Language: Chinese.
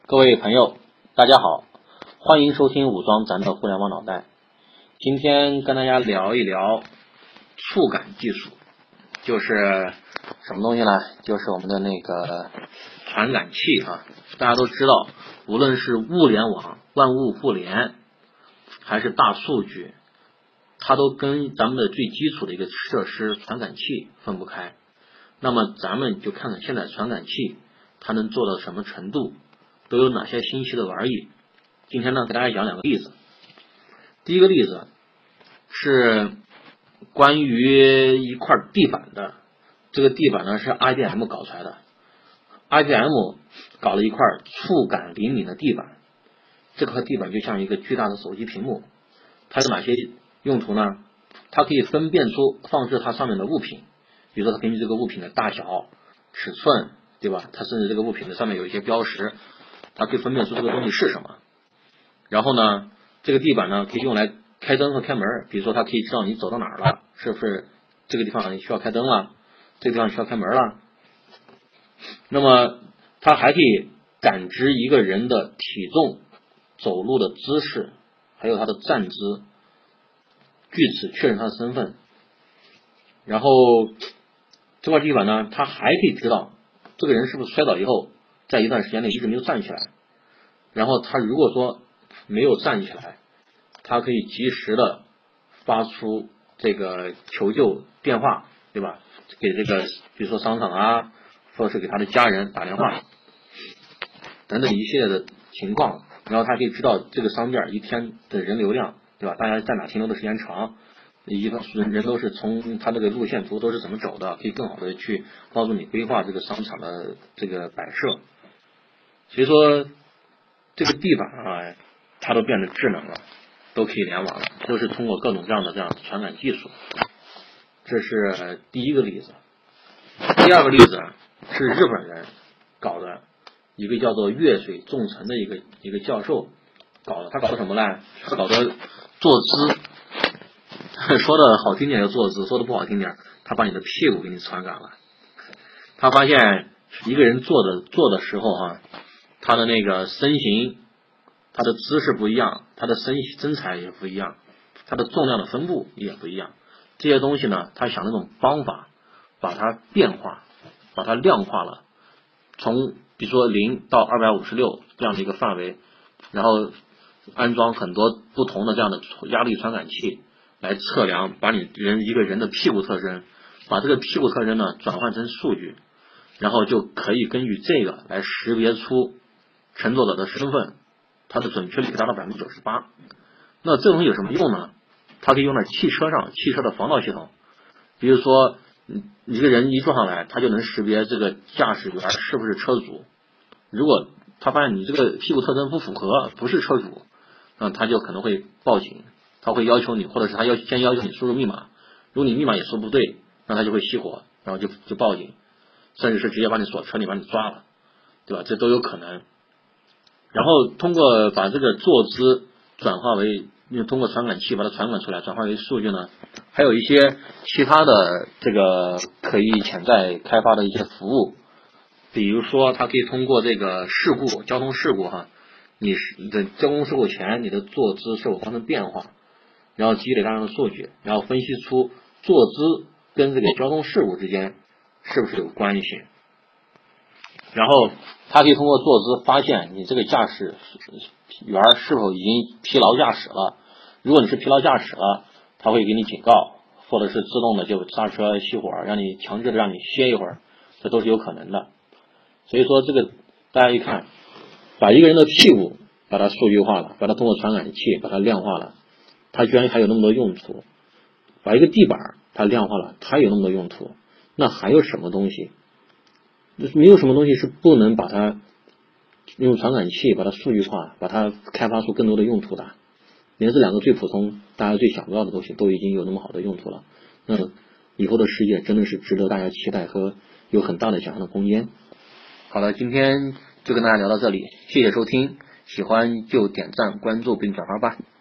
各位朋友，大家好，欢迎收听武装咱的互联网脑袋。今天跟大家聊一聊触感技术，就是什么东西呢？就是我们的那个传感器啊。大家都知道，无论是物联网、万物互联，还是大数据，它都跟咱们的最基础的一个设施传感器分不开。那么咱们就看看现在传感器它能做到什么程度，都有哪些新奇的玩意。今天呢，给大家讲两个例子。第一个例子是关于一块地板的，这个地板呢是 IBM 搞出来的。IBM 搞了一块触感灵敏的地板，这块地板就像一个巨大的手机屏幕。它有哪些用途呢？它可以分辨出放置它上面的物品，比如说它根据这个物品的大小、尺寸，对吧？它甚至这个物品的上面有一些标识，它可以分辨出这个东西是什么。然后呢，这个地板呢可以用来开灯和开门，比如说它可以知道你走到哪儿了，是不是这个地方需要开灯了，这个地方需要开门了。那么它还可以感知一个人的体重、走路的姿势，还有他的站姿，据此确认他的身份。然后这块地板呢，它还可以知道这个人是不是摔倒以后在一段时间内一直没有站起来，然后他如果说没有站起来，他可以及时的发出这个求救电话，对吧？给这个比如说商场啊，或者是给他的家人打电话等等一系列的情况。然后他可以知道这个商店一天的人流量，对吧？大家在哪停留的时间长，一个人都是从他这个路线图都是怎么走的，可以更好的去帮助你规划这个商场的这个摆设。所以说这个地板啊，它都变得智能了，都可以联网了，都是通过各种各样的这样传感技术。这是第一个例子。第二个例子是日本人搞的，一个叫做月水重臣的一个教授搞的。他搞的什么呢？他搞的坐姿，说的好听点叫坐姿，说的不好听点，他把你的屁股给你传感了。他发现一个人坐的时候他的那个身形，他的姿势不一样，他的身材也不一样，他的重量的分布也不一样。这些东西呢，他想那种方法把它变化，把它量化了，从比如说0到256这样的一个范围，然后安装很多不同的这样的压力传感器来测量，把你一个人的屁股特征，把这个屁股特征呢转换成数据，然后就可以根据这个来识别出乘坐者的身份，它的准确率达到 98%。 那这东西有什么用呢？它可以用在汽车上，汽车的防盗系统。比如说你这个人一坐上来，它就能识别这个驾驶员是不是车主。如果他发现你这个屁股特征不符合，不是车主，那他就可能会报警，他会要求你，或者是他先要求你输入密码，如果你密码也输不对，那他就会熄火，然后就报警，甚至是直接把你锁车里把你抓了，对吧？这都有可能。然后通过把这个坐姿转化为，通过传感器把它传感出来，转化为数据呢，还有一些其他的这个可以潜在开发的一些服务。比如说它可以通过这个交通事故你的交通事故前你的坐姿是否发生变化，然后积累大量的数据，然后分析出坐姿跟这个交通事故之间是不是有关系。然后它可以通过坐姿发现你这个驾驶员是否已经疲劳驾驶了，如果你是疲劳驾驶了，它会给你警告，或者是自动的就刹车熄火，强制的让你歇一会儿，这都是有可能的。所以说这个大家一看，把一个人的屁股把它数据化了，把它通过传感器把它量化了，它居然还有那么多用途。把一个地板它量化了，它有那么多用途，那还有什么东西？没有什么东西是不能把它用传感器把它数据化，把它开发出更多的用途的。连这两个最普通大家最想不到的东西都已经有那么好的用途了，那以后的世界真的是值得大家期待和有很大的想象的空间。好了，今天就跟大家聊到这里，谢谢收听，喜欢就点赞关注并转发吧。